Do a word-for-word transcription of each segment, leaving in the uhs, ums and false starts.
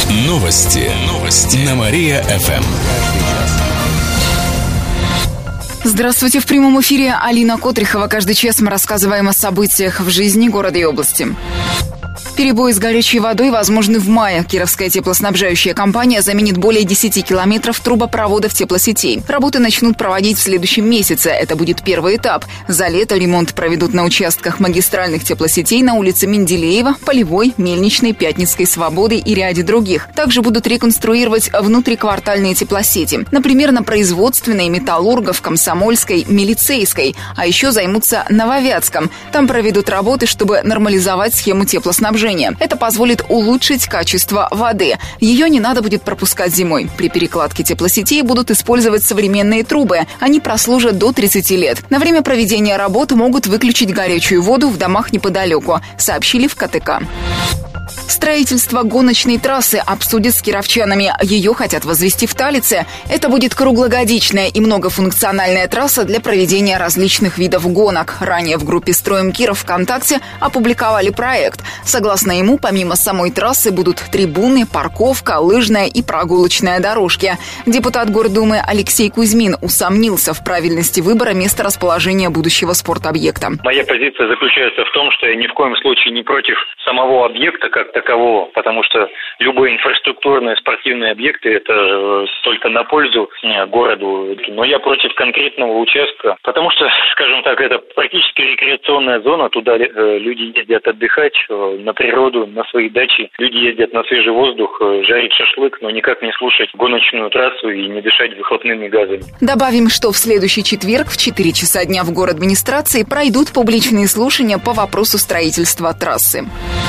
Новости. Новости. На Мария-ФМ. Здравствуйте, в прямом эфире Алина Котрихова. Каждый час мы рассказываем о событиях в жизни города и области. Перебои с горячей водой возможны в мае. Кировская теплоснабжающая компания заменит более десяти километров трубопроводов теплосетей. Работы начнут проводить в следующем месяце. Это будет первый этап. За лето ремонт проведут на участках магистральных теплосетей на улице Менделеева, Полевой, Мельничной, Пятницкой, Свободы и ряде других. Также будут реконструировать внутриквартальные теплосети. Например, на Производственной, Металлургов, Комсомольской, Милицейской. А еще займутся Нововятском. Там проведут работы, чтобы нормализовать схему теплоснабжения. Это позволит улучшить качество воды. Ее не надо будет пропускать зимой. При перекладке теплосетей будут использовать современные трубы. Они прослужат до тридцати лет. На время проведения работ могут выключить горячую воду в домах неподалеку, сообщили в ка тэ ка. Строительство гоночной трассы обсудят с кировчанами. Ее хотят возвести в Талице. Это будет круглогодичная и многофункциональная трасса для проведения различных видов гонок. Ранее в группе «Строим Киров» ВКонтакте опубликовали проект. Согласно ему, помимо самой трассы будут трибуны, парковка, лыжная и прогулочная дорожки. Депутат Гордумы Алексей Кузьмин усомнился в правильности выбора места расположения будущего спортобъекта. Моя позиция заключается в том, что я ни в коем случае не против самого объекта как такового, потому что любые инфраструктурные спортивные объекты – это только на пользу городу. Но я против конкретного участка, потому что, скажем так, это практически рекреационная зона. Туда люди ездят отдыхать на природу, на свои дачи. Люди ездят на свежий воздух, жарить шашлык, но никак не слушать гоночную трассу и не дышать выхлопными газами. Добавим, что в следующий четверг в четыре часа дня в город-администрации пройдут публичные слушания по вопросу строительства трассы.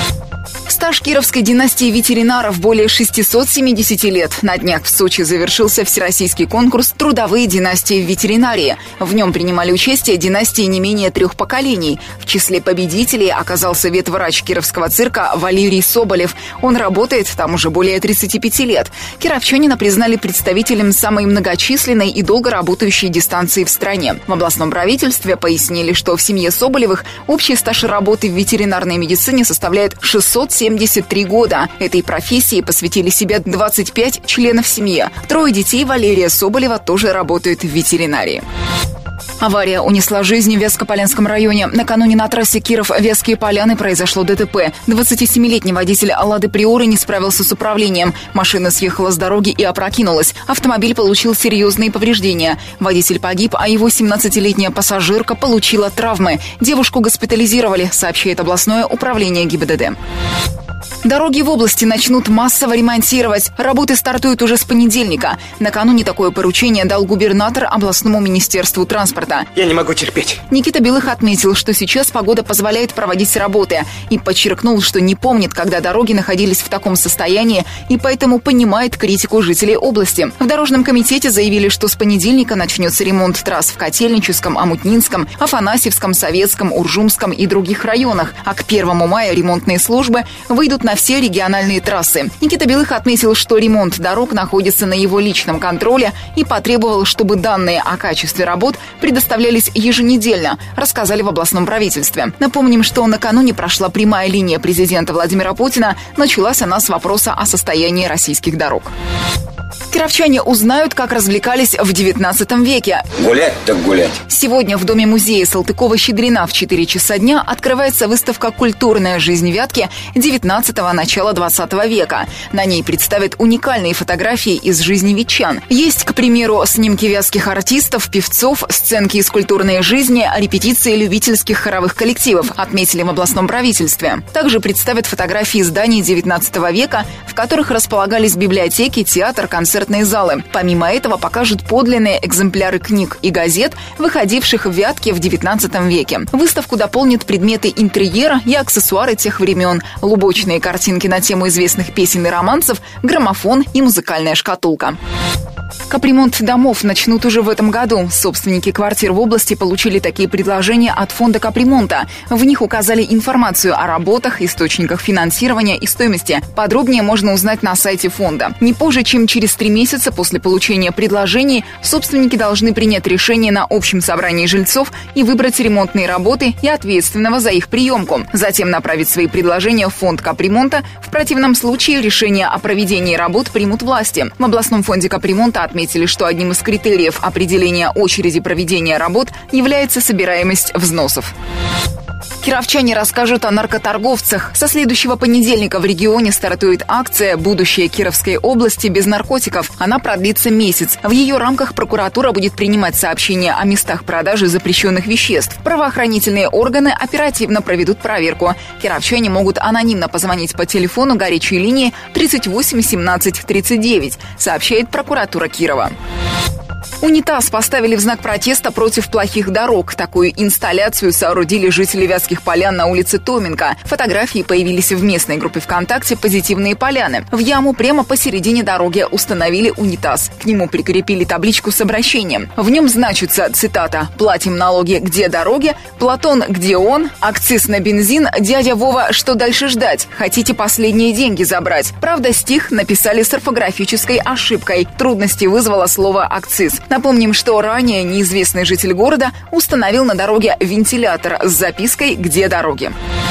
Стаж кировской династии ветеринаров более шестисот семидесяти лет. На днях в Сочи завершился всероссийский конкурс «Трудовые династии в ветеринарии». В нем принимали участие династии не менее трех поколений. В числе победителей оказался ветврач кировского цирка Валерий Соболев. Он работает там уже более тридцати пяти лет. Кировчанина признали представителем самой многочисленной и долго работающей дистанции в стране. В областном правительстве пояснили, что в семье Соболевых общий стаж работы в ветеринарной медицине составляет шестьсот семьдесят три года. Этой профессии посвятили себя двадцать пять членов семьи. Трое детей Валерия Соболева тоже работают в ветеринарии. Авария унесла жизнь в Вязкополянском районе. Накануне на трассе Киров-Вязкие Поляны произошло дэ тэ пэ. двадцатисемилетний водитель «Лады Приоры» не справился с управлением. Машина съехала с дороги и опрокинулась. Автомобиль получил серьезные повреждения. Водитель погиб, а его семнадцатилетняя пассажирка получила травмы. Девушку госпитализировали, сообщает областное управление гэ и бэ дэ дэ. Дороги в области начнут массово ремонтировать. Работы стартуют уже с понедельника. Накануне такое поручение дал губернатор областному министерству транспорта. Я не могу терпеть. Никита Белых отметил, что сейчас погода позволяет проводить работы. И подчеркнул, что не помнит, когда дороги находились в таком состоянии, и поэтому понимает критику жителей области. В дорожном комитете заявили, что с понедельника начнется ремонт трасс в Котельническом, Омутнинском, Афанасьевском, Советском, Уржумском и других районах. А к первому мая ремонтные службы выйдут на все региональные трассы. Никита Белых отметил, что ремонт дорог находится на его личном контроле и потребовал, чтобы данные о качестве работ предоставлялись еженедельно, рассказали в областном правительстве. Напомним, что накануне прошла прямая линия президента Владимира Путина. Началась она с вопроса о состоянии российских дорог. Кировчане узнают, как развлекались в девятнадцатом веке. Гулять так гулять. Сегодня в Доме-музея Салтыкова-Щедрина в четыре часа дня открывается выставка «Культурная жизнь Вятки» девятнадцатого – начала двадцатого века. На ней представят уникальные фотографии из жизни вятчан. Есть, к примеру, снимки вятских артистов, певцов, сценки из культурной жизни, репетиции любительских хоровых коллективов, отметили в областном правительстве. Также представят фотографии зданий девятнадцатого века, в которых располагались библиотеки, театр, концертные залы. Помимо этого покажут подлинные экземпляры книг и газет, выходивших в Вятке в девятнадцатом веке. Выставку дополнят предметы интерьера и аксессуары тех времен, лубочные картинки на тему известных песен и романсов, граммофон и музыкальная шкатулка. Капремонт домов начнут уже в этом году. Собственники квартир в области получили такие предложения от фонда капремонта. В них указали информацию о работах, источниках финансирования и стоимости. Подробнее можно узнать на сайте фонда. Не позже, чем через три месяца после получения предложений, собственники должны принять решение на общем собрании жильцов и выбрать ремонтные работы и ответственного за их приемку. Затем направить свои предложения в фонд капремонта. В противном случае решение о проведении работ примут власти. В областном фонде капремонта отметили, что одним из критериев определения очереди проведения работ является собираемость взносов. Кировчане расскажут о наркоторговцах. Со следующего понедельника в регионе стартует акция «Будущее Кировской области без наркотиков». Она продлится месяц. В ее рамках прокуратура будет принимать сообщения о местах продажи запрещенных веществ. Правоохранительные органы оперативно проведут проверку. Кировчане могут анонимно позвонить по телефону горячей линии тридцать восемь семнадцать тридцать девять, сообщает прокуратура Кирова. Унитаз поставили в знак протеста против плохих дорог. Такую инсталляцию соорудили жители Вятских Полян на улице Томенко. Фотографии появились в местной группе ВКонтакте «Позитивные поляны». В яму прямо посередине дороги установили унитаз. К нему прикрепили табличку с обращением. В нем значится, цитата: «Платим налоги, где дороги? Платон, где он? Акциз на бензин? Дядя Вова, что дальше ждать? Хотите последние деньги забрать?» Правда, стих написали с орфографической ошибкой. Трудности вызвало слово «акциз». Напомним, что ранее неизвестный житель города установил на дороге вентилятор с запиской «Где дороги?».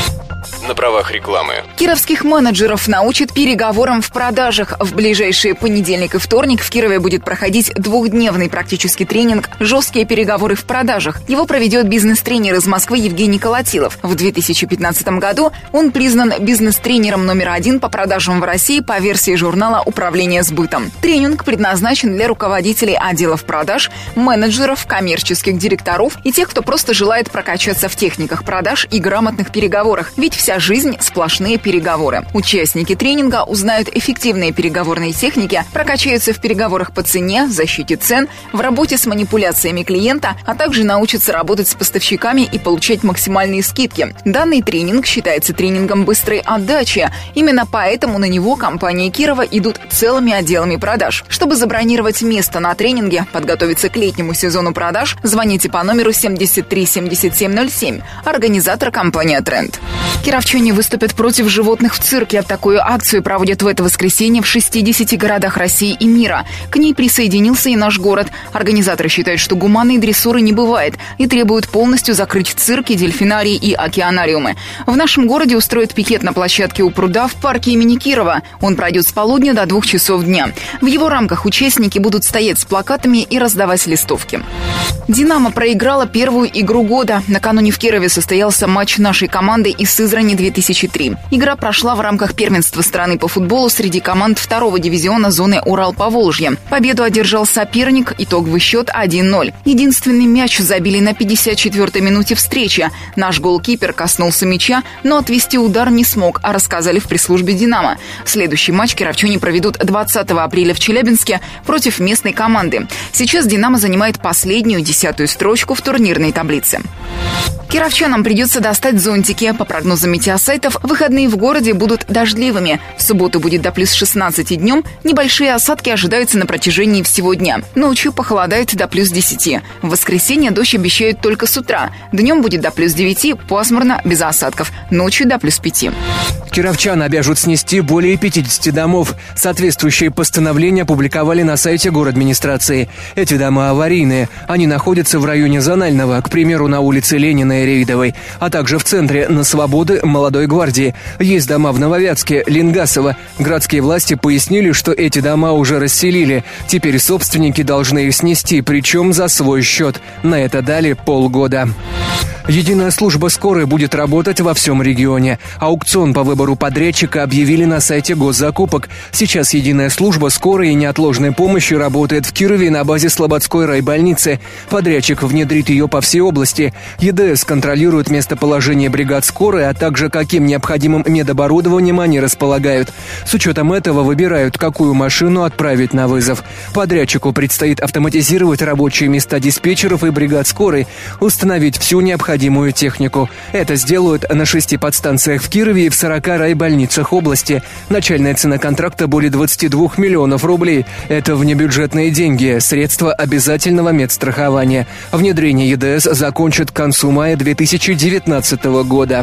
На правах рекламы. Кировских менеджеров научат переговорам в продажах. В ближайшие понедельник и вторник в Кирове будет проходить двухдневный практический тренинг «Жесткие переговоры в продажах». Его проведет бизнес-тренер из Москвы Евгений Колотилов. В две тысячи пятнадцатом году он признан бизнес-тренером номер один по продажам в России по версии журнала «Управление сбытом». Тренинг предназначен для руководителей отделов продаж, менеджеров, коммерческих директоров и тех, кто просто желает прокачаться в техниках продаж и грамотных переговорах. Ведь вся жизнь – сплошные переговоры. Участники тренинга узнают эффективные переговорные техники, прокачаются в переговорах по цене, защите цен, в работе с манипуляциями клиента, а также научатся работать с поставщиками и получать максимальные скидки. Данный тренинг считается тренингом быстрой отдачи. Именно поэтому на него компании Кирова идут целыми отделами продаж. Чтобы забронировать место на тренинге, подготовиться к летнему сезону продаж, звоните по номеру семьдесят три семьдесят семь ноль семь. Организатор — компания «Тренд». Кировчане выступят против животных в цирке. Такую акцию проводят в это воскресенье в шестидесяти городах России и мира. К ней присоединился и наш город. Организаторы считают, что гуманной дрессуры не бывает и требуют полностью закрыть цирки, дельфинарии и океанариумы. В нашем городе устроят пикет на площадке у пруда в парке имени Кирова. Он пройдет с полудня до двух часов дня. В его рамках участники будут стоять с плакатами и раздавать листовки. «Динамо» проиграла первую игру года. Накануне в Кирове состоялся матч нашей команды из Сызрани-две тысячи три. Игра прошла в рамках первенства страны по футболу среди команд второго дивизиона зоны Урал-Поволжье. Победу одержал соперник, итоговый счет один ноль. Единственный мяч забили на пятьдесят четвёртой минуте встречи. Наш голкипер коснулся мяча, но отвести удар не смог, а рассказали в пресс-службе «Динамо». Следующий матч кировчане проведут двадцатого апреля в Челябинске против местной команды. Сейчас «Динамо» занимает последнюю, десятую строчку в турнирной таблице. Кировчанам придется достать зонтики. По прогнозам метеосайтов, выходные в городе будут дождливыми. В субботу будет до плюс шестнадцати днем. Небольшие осадки ожидаются на протяжении всего дня. Ночью похолодает до плюс десяти. В воскресенье дождь обещают только с утра. Днем будет до плюс девяти, пасмурно, без осадков. Ночью до плюс пяти. Кировчан обяжут снести более пятидесяти домов. Соответствующие постановления опубликовали на сайте городадминистрации. Эти дома аварийные. Они находятся в районе Зонального, к примеру, на улице Ленина и Рейдовой, а также в центре на Свободы, Молодой гвардии. Есть дома в Нововятске, Ленгасово. Городские власти пояснили, что эти дома уже расселили. Теперь собственники должны их снести, причем за свой счет. На это дали полгода. Единая служба скорой будет работать во всем регионе. Аукцион по выбору подрядчика объявили на сайте госзакупок. Сейчас единая служба скорой и неотложной помощи работает в Кирове на базе Слободской райбольницы. Подрядчик внедрит ее по всей области. ЕДС контролирует местоположение бригад скорой, а также каким необходимым медоборудованием они располагают. С учетом этого выбирают, какую машину отправить на вызов. Подрядчику предстоит автоматизировать рабочие места диспетчеров и бригад скорой, установить всю необходимую технику. Это сделают на шести подстанциях в Кирове и в сорока райбольницах области. Начальная цена контракта более двадцать два миллионов рублей. Это внебюджетные деньги, средства обязательного медстрахования. Внедрение Е Д С закончат к концу мая две тысячи девятнадцатого года.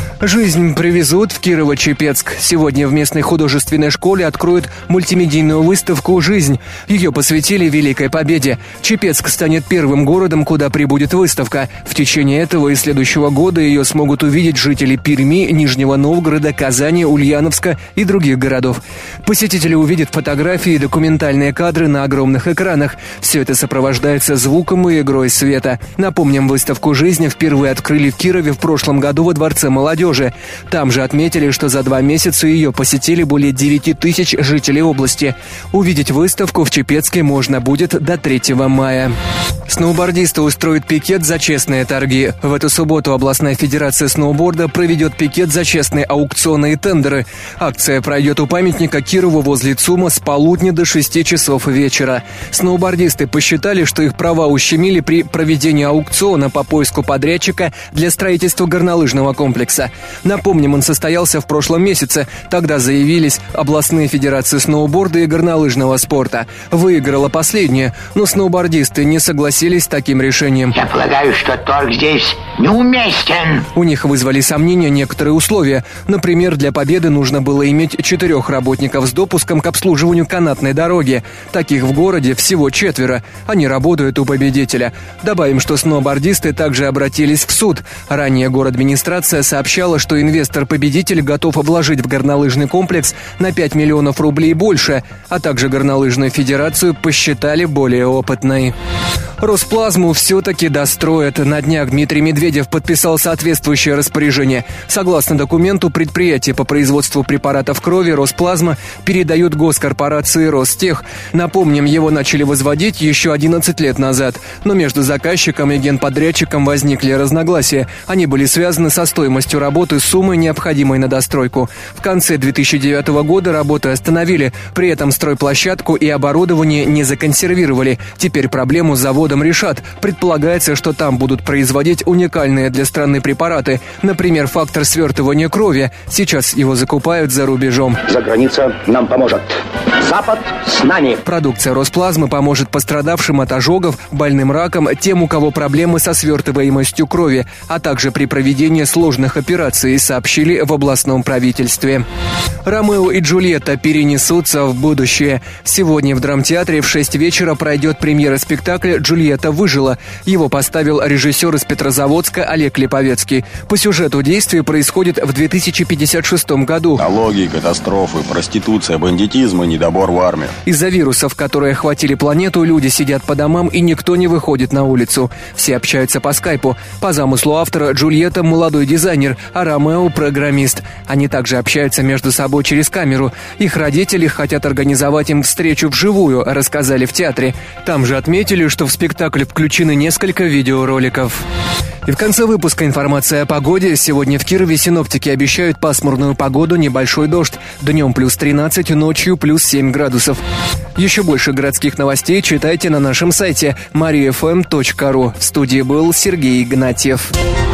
Жизнь привезут в Кирово-Чепецк. Сегодня в местной художественной школе откроют мультимедийную выставку «Жизнь». Ее посвятили Великой Победе. Чепецк станет первым городом, куда прибудет выставка. В течение этого и следующего года ее смогут увидеть жители Перми, Нижнего Новгорода, Казани, Ульяновска и других городов. Посетители увидят фотографии и документальные кадры на огромных экранах. Все это сопровождается звуком и игрой света. Напомним, выставку «Жизнь» впервые открыли в Кирове в прошлом году во Дворце молодежи. Там же отметили, что за два месяца ее посетили более девять тысяч жителей области. Увидеть выставку в Чепецке можно будет до третьего мая. Сноубордисты устроят пикет за честные торги. В эту субботу областная федерация сноуборда проведет пикет за честные аукционы и тендеры. Акция пройдет у памятника Кирову возле ЦУМа с полудня до шести часов вечера. Сноубордисты посчитали, что их права ущемили при проведении аукциона по поиску подрядчика для строительства горнолыжного комплекса. Напомним, он состоялся в прошлом месяце. Тогда заявились областные федерации сноуборда и горнолыжного спорта. Выиграла последняя, но сноубордисты не согласились с таким решением. Я полагаю, что торг здесь неуместен. У них вызвали сомнения некоторые условия. Например, для победы нужно было иметь четырех работников с допуском к обслуживанию канатной дороги. Таких в городе всего четверо. Они работают у победителя. Добавим, что сноубордисты также обратились в суд. Ранее город-администрация сообщала, что инвестор-победитель готов вложить в горнолыжный комплекс на пять миллионов рублей больше, а также горнолыжную федерацию посчитали более опытной. Росплазму все-таки достроят. На днях Дмитрий Медведев подписал соответствующее распоряжение. Согласно документу, предприятие по производству препаратов крови Росплазма передают госкорпорации Ростех. Напомним, его начали возводить еще одиннадцать лет назад. Но между заказчиком и генподрядчиком возникли разногласия. Они были связаны со стоимостью работы, суммой, необходимой на достройку. В конце две тысячи девятого года работы остановили. При этом стройплощадку и оборудование не законсервировали. Теперь проблему с заводом решат. Предполагается, что там будут производить уникальные для страны препараты. Например, фактор свертывания крови. Сейчас его закупают за рубежом. За граница нам поможет. Запад с нами. Продукция Росплазмы поможет пострадавшим от ожогов, больным раком, тем, у кого проблемы со свертываемостью крови, а также при проведении сложных операций, сообщили в областном правительстве. Ромео и Джульетта перенесутся в будущее. Сегодня в драмтеатре в шесть вечера пройдет премьера спектакля «Джульетта выжила». Его поставил режиссер из Петрозаводска Олег Липовецкий. По сюжету действие происходит в две тысячи пятьдесят шестом году. Экология, катастрофы, проституция, бандитизм и недобор в армию. Из-за вирусов, которые охватили планету, люди сидят по домам и никто не выходит на улицу. Все общаются по скайпу. По замыслу автора, Джульетта – молодой дизайнер, а Ромео – программист. Они также общаются между собой через камеру. Их родители хотят организовать им встречу вживую, рассказали в театре. Там же отметили, что в спектакль включены несколько видеороликов. И в конце выпуска информация о погоде. Сегодня в Кирове синоптики обещают пасмурную погоду, небольшой дождь. Днем плюс тринадцать, ночью плюс семь градусов. Еще больше городских новостей читайте на нашем сайте мария эф эм точка ру. В студии был Сергей Игнатьев.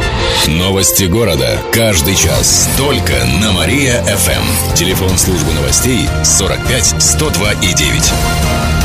Новости города. Каждый час. Только на Мария-ФМ. Телефон службы новостей сорок пять сто два и девять.